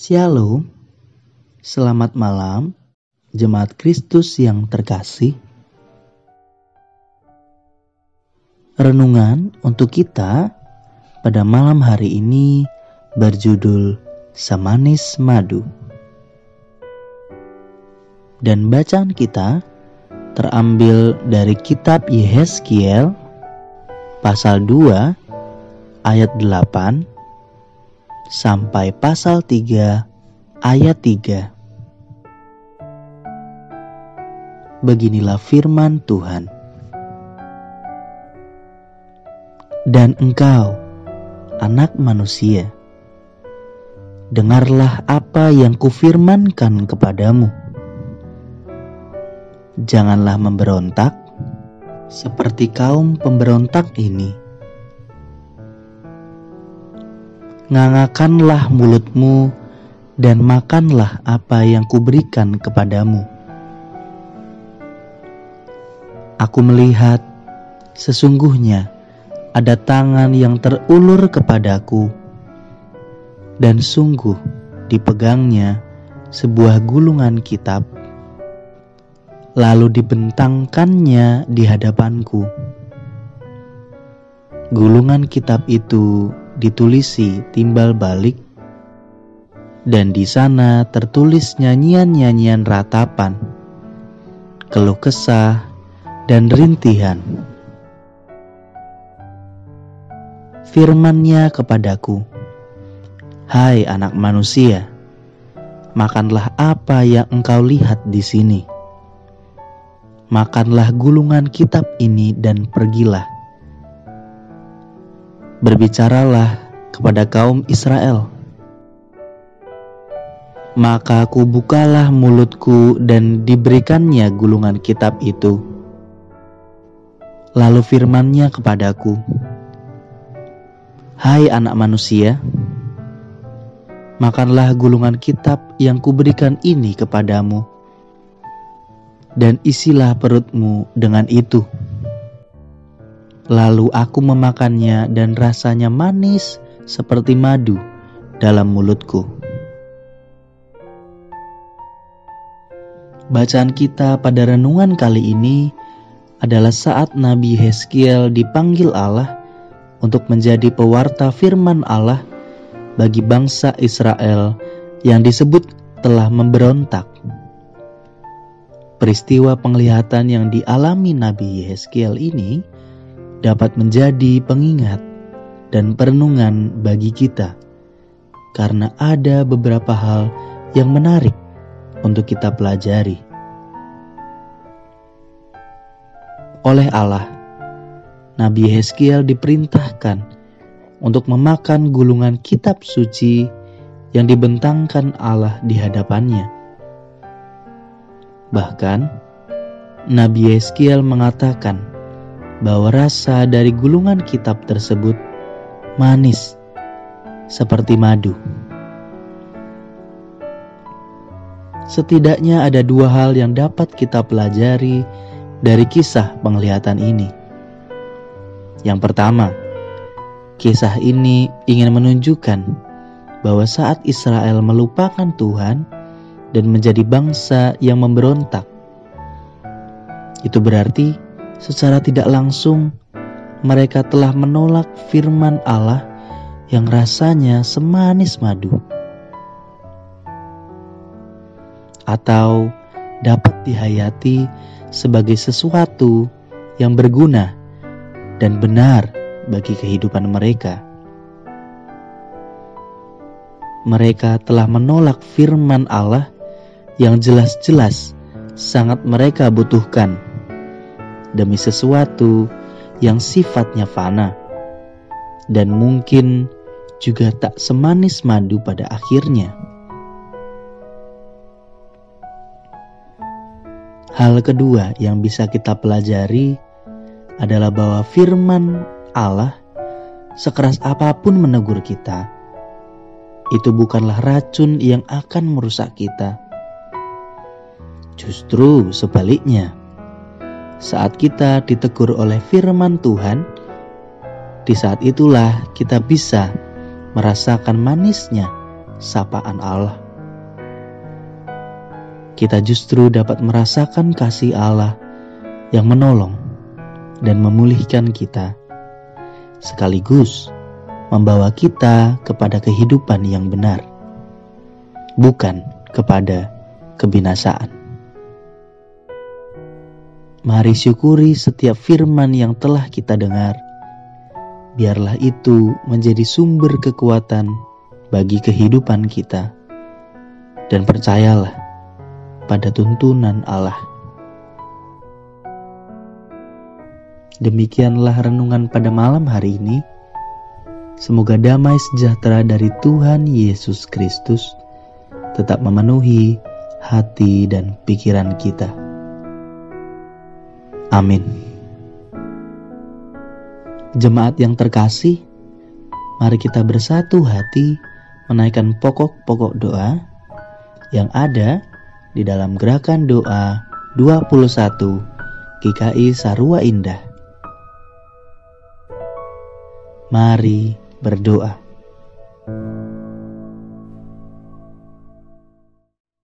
Shalom, selamat malam, jemaat Kristus yang terkasih. Renungan untuk kita pada malam hari ini berjudul Semanis Madu. Dan bacaan kita terambil dari kitab Yehezkiel pasal 2 ayat 8 sampai pasal 3 ayat 3. Beginilah firman Tuhan. Dan engkau, anak manusia, dengarlah apa yang kufirmankan kepadamu. Janganlah memberontak seperti kaum pemberontak ini. Ngangakanlah mulutmu dan makanlah apa yang kuberikan kepadamu. Aku melihat sesungguhnya ada tangan yang terulur kepadaku, dan sungguh dipegangnya sebuah gulungan kitab, lalu dibentangkannya di hadapanku. Gulungan kitab itu ditulisi timbal balik, dan di sana tertulis nyanyian-nyanyian ratapan, keluh kesah, dan rintihan. Firman-Nya kepadaku, hai anak manusia, makanlah apa yang engkau lihat di sini. Makanlah gulungan kitab ini dan pergilah. Berbicaralah kepada kaum Israel. Maka kubukalah mulutku dan diberikannya gulungan kitab itu. Lalu firman-Nya kepadaku, hai anak manusia, makanlah gulungan kitab yang kuberikan ini kepadamu, dan isilah perutmu dengan itu. Lalu aku memakannya dan rasanya manis seperti madu dalam mulutku. Bacaan kita pada renungan kali ini adalah saat Nabi Yehezkiel dipanggil Allah untuk menjadi pewarta firman Allah bagi bangsa Israel yang disebut telah memberontak. Peristiwa penglihatan yang dialami Nabi Yehezkiel ini dapat menjadi pengingat dan perenungan bagi kita, karena ada beberapa hal yang menarik untuk kita pelajari. Oleh Allah, Nabi Yehezkiel diperintahkan untuk memakan gulungan kitab suci yang dibentangkan Allah di hadapannya. Bahkan, Nabi Yehezkiel mengatakan bahwa rasa dari gulungan kitab tersebut manis seperti madu. Setidaknya ada dua hal yang dapat kita pelajari dari kisah penglihatan ini. Yang pertama, kisah ini ingin menunjukkan bahwa saat Israel melupakan Tuhan dan menjadi bangsa yang memberontak, itu berarti secara tidak langsung mereka telah menolak firman Allah yang rasanya semanis madu. Atau dapat dihayati sebagai sesuatu yang berguna dan benar bagi kehidupan mereka. Mereka telah menolak firman Allah yang jelas-jelas sangat mereka butuhkan demi sesuatu yang sifatnya fana dan mungkin juga tak semanis madu pada akhirnya. Hal kedua yang bisa kita pelajari adalah bahwa firman Allah, sekeras apapun menegur kita, itu bukanlah racun yang akan merusak kita. Justru sebaliknya, saat kita ditegur oleh firman Tuhan, di saat itulah kita bisa merasakan manisnya sapaan Allah. Kita justru dapat merasakan kasih Allah yang menolong dan memulihkan kita, sekaligus membawa kita kepada kehidupan yang benar, bukan kepada kebinasaan. Mari syukuri setiap firman yang telah kita dengar. Biarlah itu menjadi sumber kekuatan bagi kehidupan kita. Dan percayalah pada tuntunan Allah. Demikianlah renungan pada malam hari ini. Semoga damai sejahtera dari Tuhan Yesus Kristus tetap memenuhi hati dan pikiran kita. Amin. Jemaat yang terkasih, mari kita bersatu hati menaikkan pokok-pokok doa yang ada di dalam gerakan doa 21 GKI Sarua Indah. Mari berdoa.